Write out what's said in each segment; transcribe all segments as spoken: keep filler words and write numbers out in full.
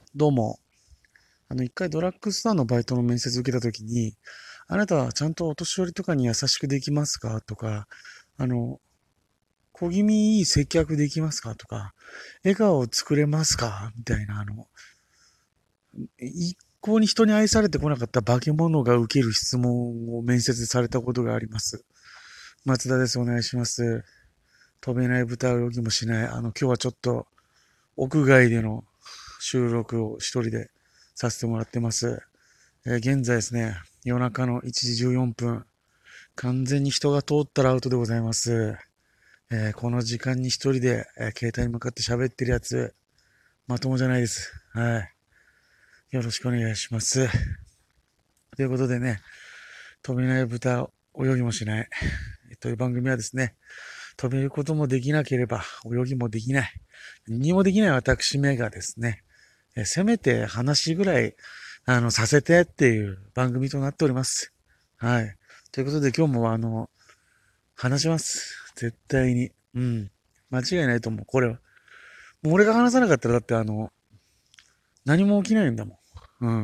どうも。あの、一回ドラッグストアのバイトの面接受けたときに、あなたはちゃんとお年寄りとかに優しくできますかとか、あの、小気味いい接客できますかとか、笑顔を作れますかみたいな、あの、一向に人に愛されてこなかった化け物が受ける質問を面接されたことがあります。松田です。お願いします。飛べない豚泳ぎもしない。あの、今日はちょっと屋外での収録を一人でさせてもらってます。えー現在ですね、夜中のいちじじゅうよんぷん、完全に人が通ったらアウトでございます。えーこの時間に一人で、えー携帯に向かって喋ってるやつ、まともじゃないです。はい。よろしくお願いします。ということでね、飛べない豚、泳ぎもしない。という番組はですね、飛べることもできなければ泳ぎもできない。何にもできない私めがですね、えーせめて話ぐらい、あの、させてっていう番組となっております。はい。ということで今日もあの、話します。絶対に。うん。間違いないと思う。これは。もう俺が話さなかったらだってあの、何も起きないんだもん。うん。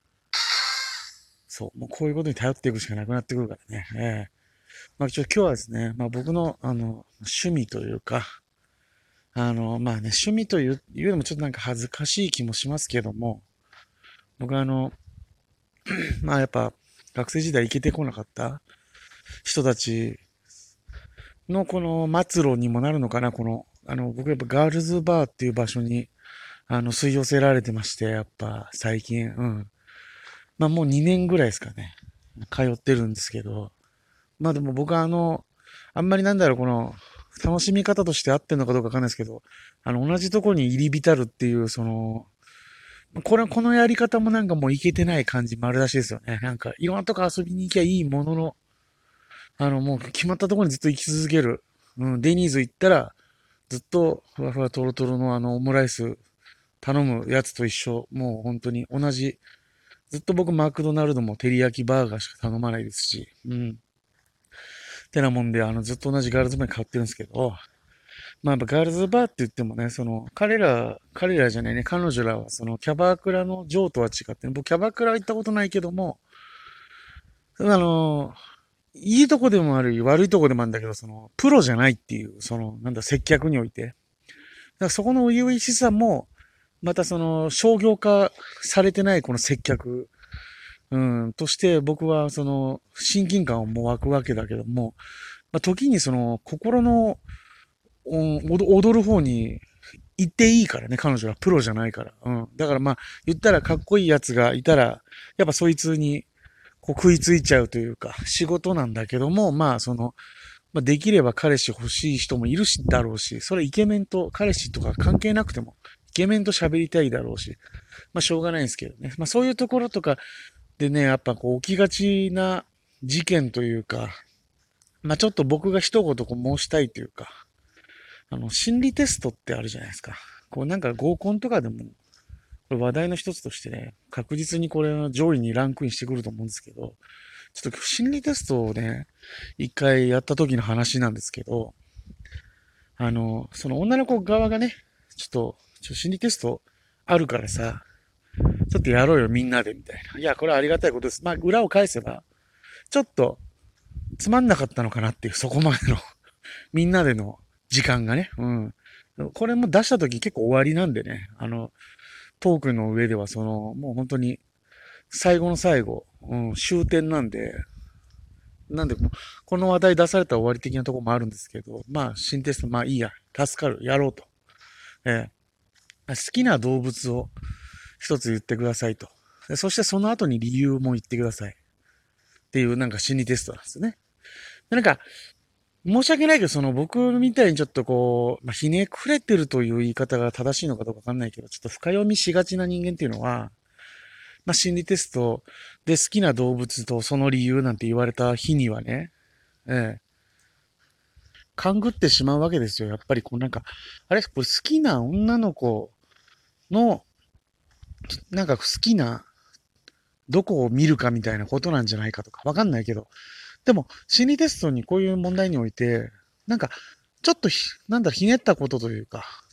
そう。もうこういうことに頼っていくしかなくなってくるからね。ええまあちょ、今日はですね、まあ僕のあの、趣味というか、あの、まあね、趣味という、いうのもちょっとなんか恥ずかしい気もしますけども、僕はあの、まあやっぱ学生時代行けてこなかった人たちのこの末路にもなるのかな、この、あの、僕やっぱガールズバーっていう場所に、あの、吸い寄せられてまして、やっぱ最近、うん。まあもうにねんぐらいですかね。通ってるんですけど、まあでも僕はあの、あんまりなんだろう、この、楽しみ方として合ってるのかどうかわかんないですけど、あの、同じところに入り浸るっていう、その、これ、このやり方もなんかもういけてない感じもあるらしいですよね。なんか、いろんなとこ遊びに行きゃいいものの、あの、もう決まったところにずっと行き続ける。うん、デニーズ行ったら、ずっとふわふわトロトロのあのオムライス頼むやつと一緒。もう本当に同じ。ずっと僕マクドナルドも照り焼きバーガーしか頼まないですし。うん。てなもんで、あの、ずっと同じガールズバーに通ってるんですけど、まあ、やっぱガールズバーって言ってもね、その、彼ら、彼らじゃないね、彼女らは、その、キャバクラのジョーとは違って、僕、キャバクラは行ったことないけども、あの、いいとこでもある、悪いとこでもあるんだけど、その、プロじゃないっていう、その、なんだ、接客において。だからそこの初々しさも、またその、商業化されてないこの接客、うん、として僕はその、親近感をも湧くわけだけども、まあ、時にその、心の、うん、踊る方に行っていいからね、彼女はプロじゃないから。うん。だからまあ、言ったらかっこいいやつがいたら、やっぱそいつに、こう食いついちゃうというか、仕事なんだけども、まあその、まあ、できれば彼氏欲しい人もいるし、だろうし、それイケメンと彼氏とか関係なくても、イケメンと喋りたいだろうし、まあしょうがないんですけどね。まあそういうところとかでね、やっぱこう起きがちな事件というか、まあちょっと僕が一言こう申したいというか、あの、心理テストってあるじゃないですか。こうなんか合コンとかでも、これ話題の一つとしてね、確実にこれは上位にランクインしてくると思うんですけど、ちょっと心理テストをね、一回やった時の話なんですけど、あの、その女の子側がね、ちょっと、ちょ心理テストあるからさ、ちょっとやろうよみんなでみたいな。いや、これはありがたいことです。まあ、裏を返せば、ちょっとつまんなかったのかなっていう、そこまでのみんなでの時間がね。うん。これも出した時結構終わりなんでね。あの、トークの上ではその、もう本当に最後の最後、うん、終点なんで、なんで、この話題出されたら終わり的なところもあるんですけど、まあ、新テスト、まあいいや、助かる、やろうと。えー好きな動物を一つ言ってくださいと。そしてその後に理由も言ってください。っていうなんか心理テストなんですよね。でなんか、申し訳ないけど、その僕みたいにちょっとこう、まあ、ひねくれてるという言い方が正しいのかどうかわかんないけど、ちょっと深読みしがちな人間っていうのは、まあ、心理テストで好きな動物とその理由なんて言われた日にはね、ええ、勘ぐってしまうわけですよ。やっぱりこうなんか、あれこれ好きな女の子の、なんか好きな、どこを見るかみたいなことなんじゃないかとか、わかんないけど。でも、心理テストにこういう問題において、なんか、ちょっとひ、なんだ、ひねったことというか、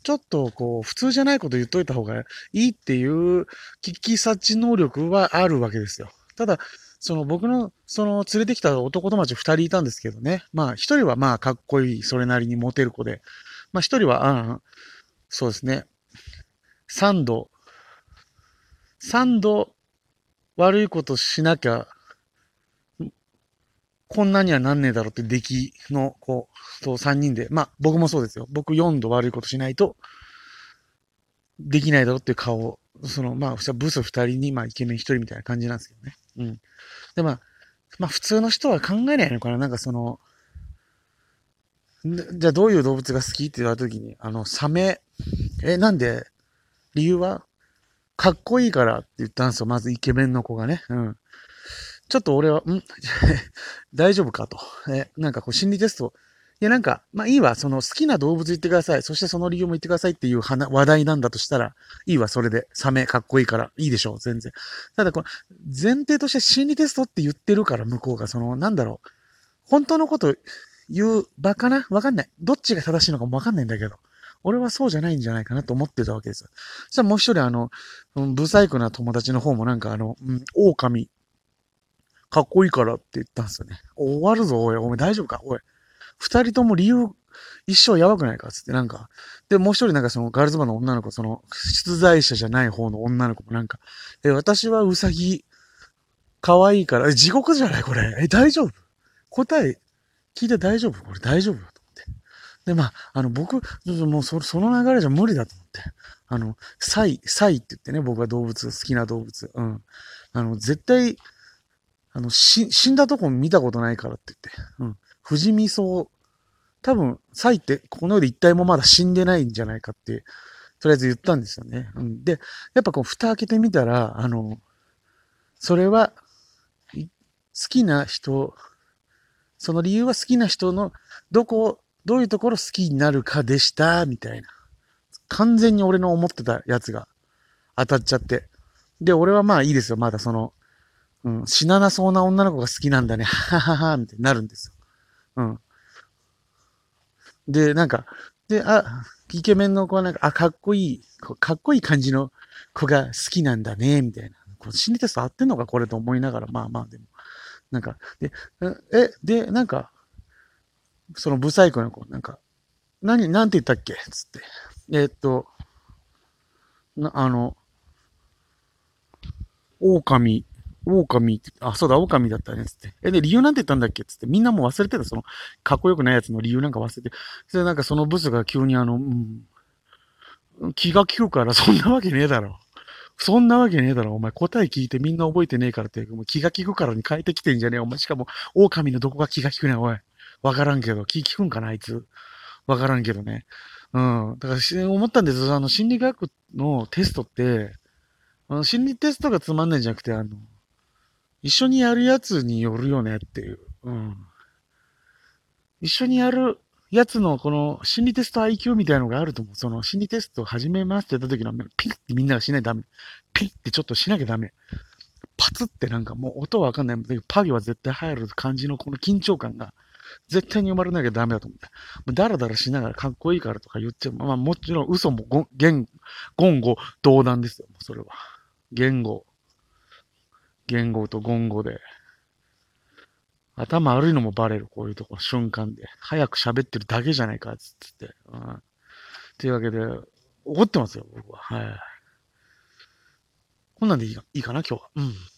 ちょっとこう、普通じゃないこと言っといた方がいいっていう聞き察知能力はあるわけですよ。ただ、その僕の、その連れてきた男友達二人いたんですけどね。まあ一人はまあかっこいい、それなりにモテる子で。まあ一人は、あそうですね。三度、三度悪いことしなきゃ、こんなにはなんねえだろうって出来の子と三人で。まあ僕もそうですよ。僕四度悪いことしないと、できないだろうっていう顔を、その、まあ、ブス二人に、まあ、イケメン一人みたいな感じなんですけどね。うん。で、まあ、まあ、普通の人は考えないのかな。なんかその、じゃあどういう動物が好きって言われた時に、あの、サメ、え、なんで理由はかっこいいからって言ったんですよ。まずイケメンの子がね。うん。ちょっと俺は、ん大丈夫かと。え、なんかこう心理テスト。いやなんか、まあいいわ。その好きな動物言ってください。そしてその理由も言ってくださいっていう話話題なんだとしたら、いいわ。それで。サメかっこいいから。いいでしょう。全然。ただこの、前提として心理テストって言ってるから、向こうが、その、なんだろう。本当のこと言う場かなわかんない。どっちが正しいのかもわかんないんだけど。俺はそうじゃないんじゃないかなと思ってたわけですよ。そしたらもう一人あの、うん、ブサイクな友達の方もなんかあの、うん、狼かっこいいからって言ったんですよね。終わるぞ、おい。お前大丈夫かおい。二人とも理由一生やばくないかつってなんか。で、もう一人なんかそのガールズバーの女の子、その出題者じゃない方の女の子もなんか、え、私はウサギ、可愛いから、え、地獄じゃないこれ。え、大丈夫答え聞いて大丈夫これ大丈夫と思って。で、まあ、あの、僕、もうそその流れじゃ無理だと思って。あの、サイ、サイって言ってね、僕は動物、好きな動物。うん。あの、絶対、あの、し、死んだとこ見たことないからって言って。うん。不死身そう。多分、サイってこの世で一体もまだ死んでないんじゃないかって、とりあえず言ったんですよね。うん。で、やっぱこう、蓋開けてみたら、あの、それは、好きな人、その理由は好きな人の、どこ、どういうところ好きになるかでした、みたいな。完全に俺の思ってたやつが当たっちゃって。で、俺はまあいいですよ。まだその、うん、死ななそうな女の子が好きなんだね。ははは、みたいになるんですよ。うん。で、なんか、で、あ、イケメンの子はなんか、あ、かっこいい、かっこいい感じの子が好きなんだね、みたいな。これ心理テスト合ってんのか、これと思いながら、まあまあ、でも。なんか、で、え、で、なんか、そのブサイクの子、なんか、何、なんて言ったっけつって。えーっと、な、あの、狼、狼って、あ、そうだ、狼だったね、つって。え、で、理由なんて言ったんだっけつって、みんなもう忘れてた、その、かっこよくないやつの理由なんか忘れて。それで、なんかそのブスが急にあの、うん、気が利くから、そんなわけねえだろ。そんなわけねえだろ。お前答え聞いてみんな覚えてねえからって、もう気が利くからに変えてきてんじゃねえ。お前しかも、狼のどこが気が利くねん、おい。わからんけど、気利くんかな、あいつ。わからんけどね。うん。だからし、思ったんですよ。あの、心理学のテストって、あの、心理テストがつまんないんじゃなくて、あの、一緒にやるやつによるよねっていう。うん。一緒にやるやつのこの心理テスト アイキュー みたいなのがあると思う。その心理テストを始めますって言った時のピッってみんながしないとダメ。ピッってちょっとしなきゃダメ。パツってなんかもう音はわかんない。パギは絶対入る感じのこの緊張感が絶対に生まれなきゃダメだと思って。もうダラダラしながらかっこいいからとか言っちゃう。まあもちろん嘘もご言言語道断ですよ。それは。言語、言語と言語で。頭悪いのもバレる、こういうとこ、瞬間で。早く喋ってるだけじゃないか、つって。うん。というわけで、怒ってますよ、僕は。はい。こんなんでいいかいいかな、今日は。うん。